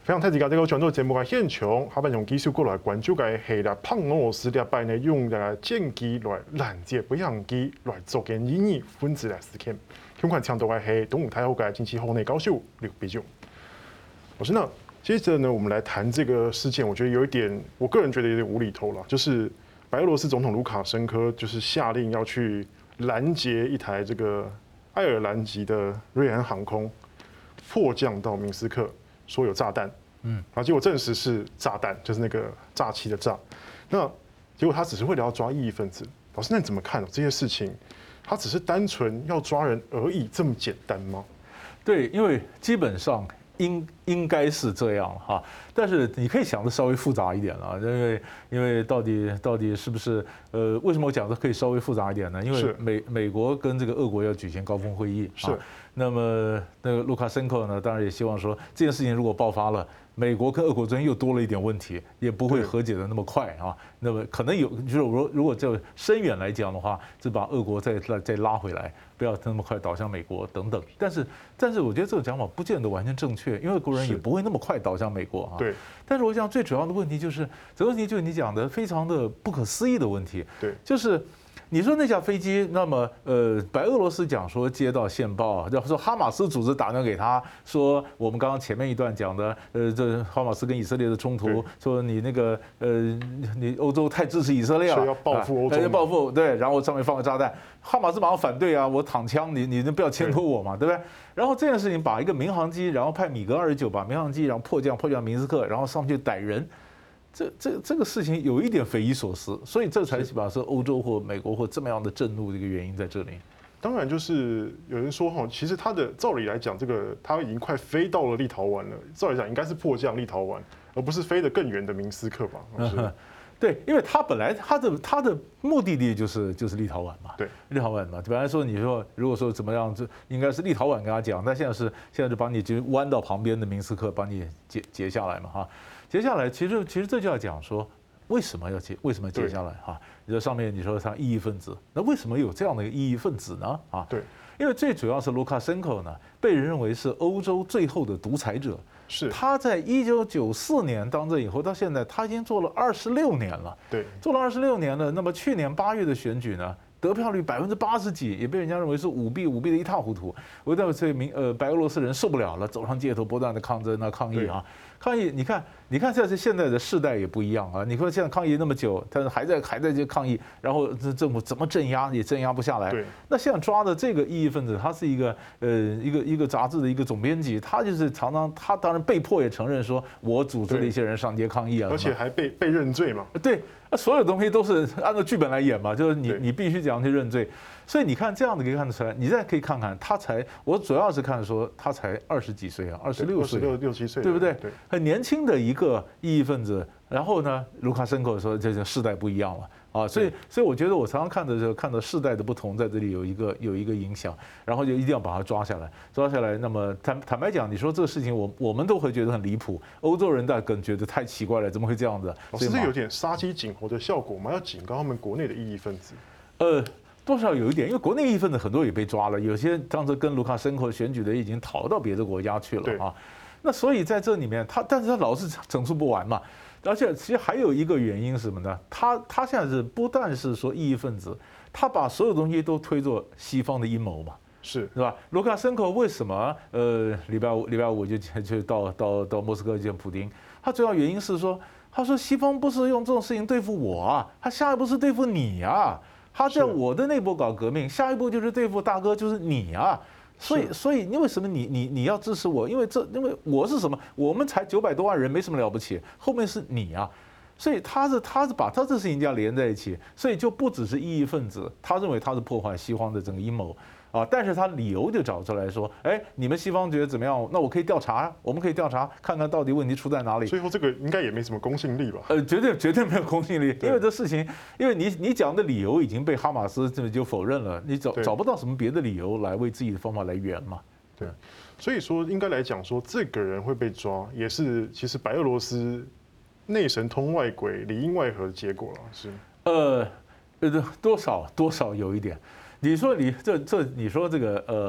非常太自家呢個轉到節目嘅現場，下邊用技術過來關注嘅係啦，拍俄羅斯呢邊呢用嘅戰機來攔截北洋機來做嘅異議分子嘅事件。今款搶到嘅係東吳太后嘅經濟學內教授劉必炯。老師呢，接着呢，我們來談這個事件，我覺得有一點，我個人覺得有點無厘頭啦，就是白俄羅斯總統盧卡申科就是下令要去攔截一台這個愛爾蘭籍的瑞安航空迫降到明斯克，說有炸彈，然後結果證實是炸彈，就是那個詐欺的詐。那結果他只是為了要抓異議分子。老師，那你怎麼看這些事情？他只是單純要抓人而已，這麼簡單嗎？ 對，因為基本上應該是這樣哈，但是你可以想得稍微複雜一點了，因為到底是不是為什麼我講的可以稍微複雜一點呢？因為美國跟這個俄國要舉行高峰會議， 是， 那麼那個盧卡申科呢，當然也希望說這件事情如果爆發了，美國跟俄國之間又多了一點問題，也不會和解的那麼快啊。那麼可能有，就是如果就深遠來講的話，就把俄國再拉回來，不要那麼快倒向美國等等。但是我覺得這個講法不見得完全正確，因為俄國人也不會那麼快倒向美國啊。 對。 但是我想最主要的問題就是，這個問題就是你講的非常的不可思議的問題。 對。就是你說那架飛機，那麼白俄羅斯講說接到線報，然後說哈馬斯組織打電話給他說，我們剛剛前面一段講的，這哈馬斯跟以色列的衝突，說你那個你歐洲太支持以色列了， 所以要報復歐洲， 要報復，對，然後上面放個炸彈，哈馬斯馬上反對啊，我躺槍，你不要牽拖我嘛，對不對？然後這件事情把一個民航機，然後派米格29把民航機，然後迫降明斯克，然後上去逮人。這個事情有一點匪夷所思，所以這才是吧，是歐洲或美國或這麼樣的震怒的一個原因在這裡。 當然，就是有人說哈，其實他的照理來講，這個他已經快飛到了立陶宛了，照理講應該是迫降立陶宛，而不是飛得更遠的明斯克吧？ 對，因為他本來他的目的地就是立陶宛嘛， 對， 立陶宛嘛。本來說你說如果說怎麼樣，就應該是立陶宛跟他講，但現在就把你就彎到旁邊的明斯克，把你截下來嘛，哈。接下來，其實這就要講說，為什麼接下來哈？你說上面你說他異議分子，那為什麼有這樣的一個異議分子呢？啊， 對， 因為最主要是盧卡申科呢，被人認為是歐洲最後的獨裁者。 是，他在1994年當政以後到現在，他已經做了26年了。 對， 做了26年了。那麼去年8月的選舉呢，得票率80%幾，也被人家認為是舞弊的一塌糊塗。我認為這白俄羅斯人受不了了，走上街頭不斷的抗爭啊、抗議啊。抗議，你看現在的世代也不一樣啊。你說現在抗議那麼久，但是還在這抗議，然後政府怎麼鎮壓也鎮壓不下來。 對。 那現在抓的這個異議分子，他是一個雜誌的一個總編輯，他就是常常他當然被迫也承認說，我組織了一些人上街抗議啊， 而且還被認罪嘛。 對，所有東西都是按照劇本來演嘛，就是你必須這樣去認罪。所以你看這樣的可以看得出來，你再可以看看我主要是看說他才20幾歲啊，26歲 ，26、27歲， 對不對？ 對， 很年輕的一個異議分子。然後呢，盧卡申科說這個世代不一樣了啊，所以我覺得我常常看到世代的不同在這裡有一個影響，然後就一定要把它抓下來。那麼坦白講，你說這個事情我們都會覺得很離譜，歐洲人更覺得太奇怪了，怎麼會這樣子？ 是有點殺雞儆猴的效果嗎？要警告他們國內的異議分子？ 多少有一點，因為國內異議分子很多也被抓了，有些當時跟盧卡申科選舉的已經逃到別的國家去了啊。那所以在這裡面，但是他老是整肅不完嘛。而且其實還有一個原因是什麼呢？他現在是不但是說異議分子，他把所有東西都推作西方的陰謀嘛，是吧？盧卡申科為什麼禮拜五就到莫斯科見普丁？他主要原因是說，他說西方不是用這種事情對付我啊，他下一步是對付你啊。他在我的內部搞革命，下一步就是對付大哥，就是你啊。所以你為什麼你要支持我？因為我是什麼？我們才900多萬人，沒什麼了不起。後面是你啊，所以他是把他這事情這樣連在一起，所以就不只是異議分子，他認為他是破壞西方的整個陰謀啊。但是他理由就找出來說，哎，你們西方覺得怎麼樣？那我可以調查，我們可以調查，看看到底問題出在哪裡。 所以說這個應該也沒什麼公信力吧？ 絕對沒有公信力，因為這事情，因為你講的理由已經被哈馬斯就否認了，你找不到什麼別的理由來為自己的方法來圓嘛。 對，所以說應該來講說，這個人會被抓，也是其實白俄羅斯內神通外鬼、裡應外合的結果了，是。 多少有一點。你說你說這個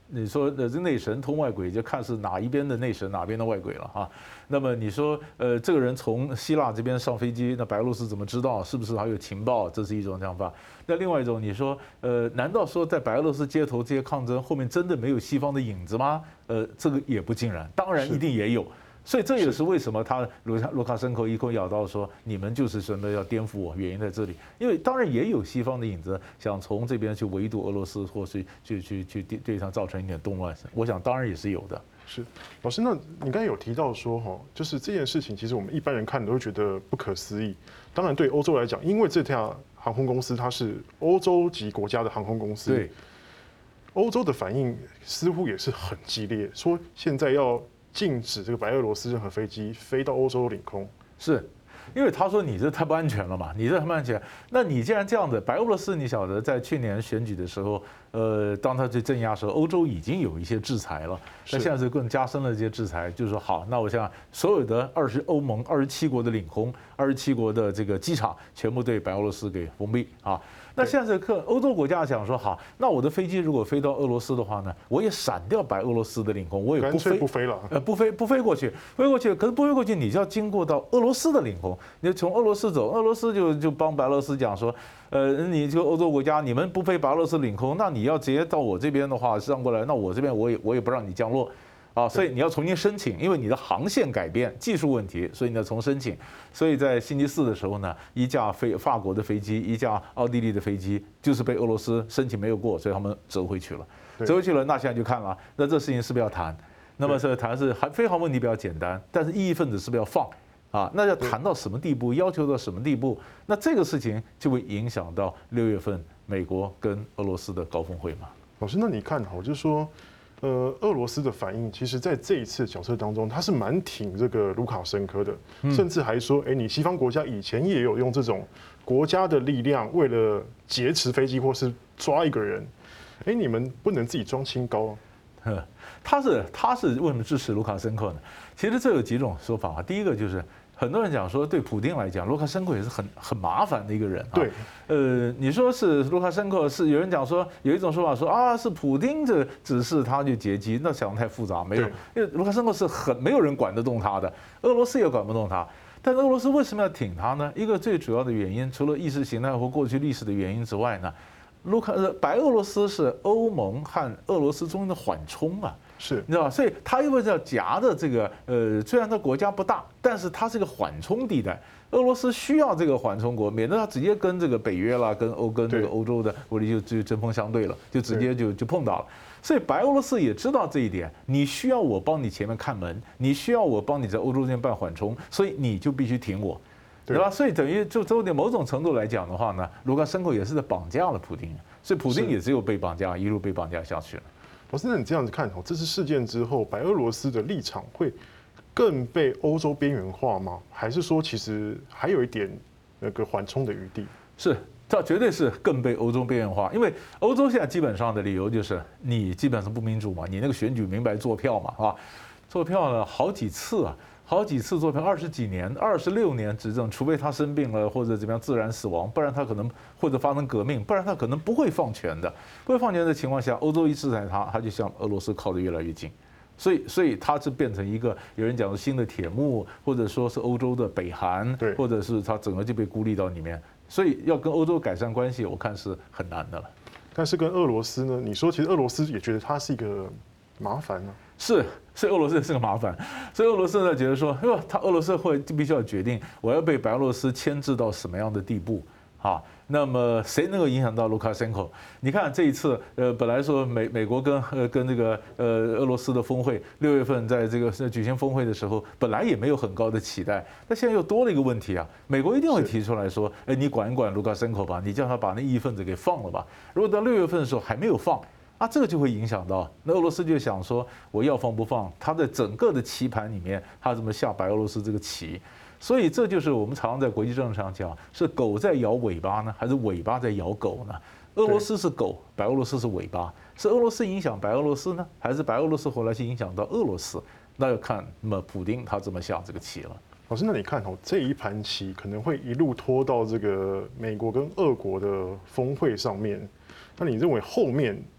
你说这内神通外鬼，就看是哪一边的内神，哪边的外鬼了哈。那么你说这个人从希腊这边上飞机，那白俄罗斯怎么知道？是不是还有情报？这是一种想法。那另外一种，你说难道说在白俄罗斯街头这些抗争后面真的没有西方的影子吗？这个也不尽然，当然一定也有。所以这也是为什么他卢卡申科一口咬到说你们就是真的要颠覆我，原因在这里。因为当然也有西方的影子，想从这边去围堵俄罗斯，或是去对他造成一点动乱。我想当然也是有的。 是，老师，那你刚才有提到说哈，就是这件事情，其实我们一般人看都会觉得不可思议。当然对欧洲来讲，因为这条航空公司它是欧洲级国家的航空公司， 对， 欧洲的反应似乎也是很激烈，说现在要禁止这个白俄罗斯任何飞机飞到欧洲领空。 是，因为他说你这太不安全了嘛，你这太不安全。那你既然这样子，白俄罗斯你晓得，在去年选举的时候，当他去镇压的时候，欧洲已经有一些制裁了，那现在是更加深了这些制裁，就是说好，那我想所有的欧盟27国的领空、27国的这个机场，全部对白俄罗斯给封闭啊。那现在欧洲国家讲说好，那我的飞机如果飞到俄罗斯的话呢，我也闪掉白俄罗斯的领空，我也不飞了， 不飞过去，飞过去，可是不飞过去，你就要经过到俄罗斯的领空，你从俄罗斯走，俄罗斯就帮白俄罗斯讲说，你这个欧洲国家，你们不飞白俄罗斯领空，那你要直接到我这边的话上过来，那我这边我也不让你降落。啊，所以你要重新申请，因为你的航线改变、技术问题，所以你要重申请。所以在星期四的时候呢，一架法国的飞机，一架奥地利的飞机，就是被俄罗斯申请没有过，所以他们折回去了。折回去了，那现在就看了，那这事情是不是要谈？那么这谈是飞航问题比较简单，但是异议分子是不是要放？啊，那要谈到什么地步，要求到什么地步？那这个事情就会影响到6月份美国跟俄罗斯的高峰会嘛。 老师，那你看哈，就是说。俄罗斯的反应，其实在这一次角色当中，他是蛮挺这个卢卡申科的，甚至还说，你西方国家以前也有用这种国家的力量，为了劫持飞机或是抓一个人，你们不能自己装清高啊。 他是为什么支持卢卡申科呢？其实这有几种说法啊。第一个就是很多人讲说，对普丁来讲，卢卡申科也是很麻烦的一个人啊。 对， 你说是卢卡申科，是有人讲说有一种说法说啊，是普丁这指示他去劫机，那想得太复杂，没有，因为卢卡申科是没有人管得动他的，俄罗斯也管不动他。但俄罗斯为什么要挺他呢？一个最主要的原因，除了意识形态或过去历史的原因之外呢，白俄罗斯是欧盟和俄罗斯中间的缓冲啊。 是， 你知道吧？所以它因为要夹着这个虽然它国家不大，但是它是个缓冲地带。俄罗斯需要这个缓冲国，免得它直接跟这个北约啦、跟这个欧洲的国力就针锋相对了，就直接就碰到了。所以白俄罗斯也知道这一点，你需要我帮你前面看门，你需要我帮你在欧洲这边办缓冲，所以你就必须挺我，对吧？所以等于就从某种程度来讲的话呢，卢卡申科也是在绑架了普丁，所以普丁也只有被绑架，一路被绑架下去了。 老师，那你这样子看这次事件之后，白俄罗斯的立场会更被欧洲边缘化吗？还是说其实还有一点那个缓冲的余地？ 是，这绝对是更被欧洲边缘化，因为欧洲现在基本上的理由就是你基本上不民主嘛，你那个选举明白做票嘛，啊，做票了好几次啊。好几次做票，20几年、26年执政，除非他生病了或者怎么样自然死亡，不然他可能或者发生革命，不然他可能不会放权的。不会放权的情况下，欧洲一制裁他，他就向俄罗斯靠得越来越近。所以他是变成一个有人讲的新的铁幕，或者说是欧洲的北韩，或者是他整个就被孤立到里面。所以要跟欧洲改善关系，我看是很难的了。 但是跟俄罗斯呢？你说其实俄罗斯也觉得他是一个麻烦呢？ 是俄罗斯也是个麻烦，所以俄罗斯呢觉得说，俄罗斯会必须要决定我要被白俄罗斯牵制到什么样的地步啊？那么谁能够影响到卢卡申科？你看这一次，本来说美国跟这个俄罗斯的峰会，6月份在这个举行峰会的时候，本来也没有很高的期待，那现在又多了一个问题啊，美国一定会提出来说，你管一管卢卡申科吧，你叫他把那异议分子给放了吧。如果到6月份的时候还没有放。这个就会影响到，那俄罗斯就想说，我要放不放？他在整个的棋盘里面，他怎么下白俄罗斯这个棋？所以这就是我们常常在国际政治上讲，是狗在摇尾巴呢，还是尾巴在摇狗呢？俄罗斯是狗，白俄罗斯是尾巴，是俄罗斯影响白俄罗斯呢，还是白俄罗斯回来去影响到俄罗斯？那要看那么普丁他怎么下这个棋了。 老师，那你看这一盘棋可能会一路拖到这个美国跟俄国的峰会上面，那你认为后面？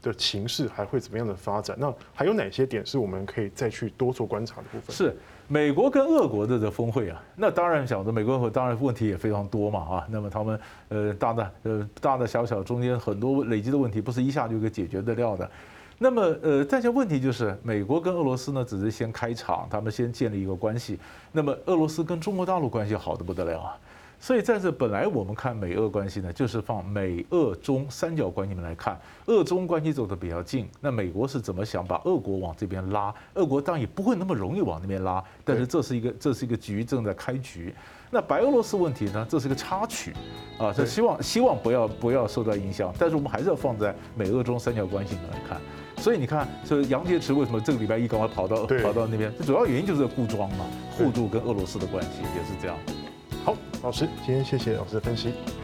的情势还会怎么样的发展？那还有哪些点是我们可以再去多做观察的部分？ 是美国跟俄国的这峰会啊，那当然想着美国和当然问题也非常多嘛啊，那么他们大大小小中间很多累积的问题，不是一下就可以解决得了的。那么但是问题就是美国跟俄罗斯呢只是先开场，他们先建立一个关系，那么俄罗斯跟中国大陆关系好得不得了啊。所以在这本来我们看美俄关系呢，就是放美俄中三角关系来看，俄中关系走得比较近。那美国是怎么想把俄国往这边拉？俄国当然也不会那么容易往那边拉，但是这是一个局正在开局。那白俄罗斯问题呢，这是个插曲啊，这希望不要受到影响，但是我们还是要放在美俄中三角关系来看。所以你看，这杨洁篪为什么这个礼拜一赶快跑到那边？这主要原因就是护庄嘛，护住跟俄罗斯的关系也是这样。 好，老师，今天谢谢老师的分析。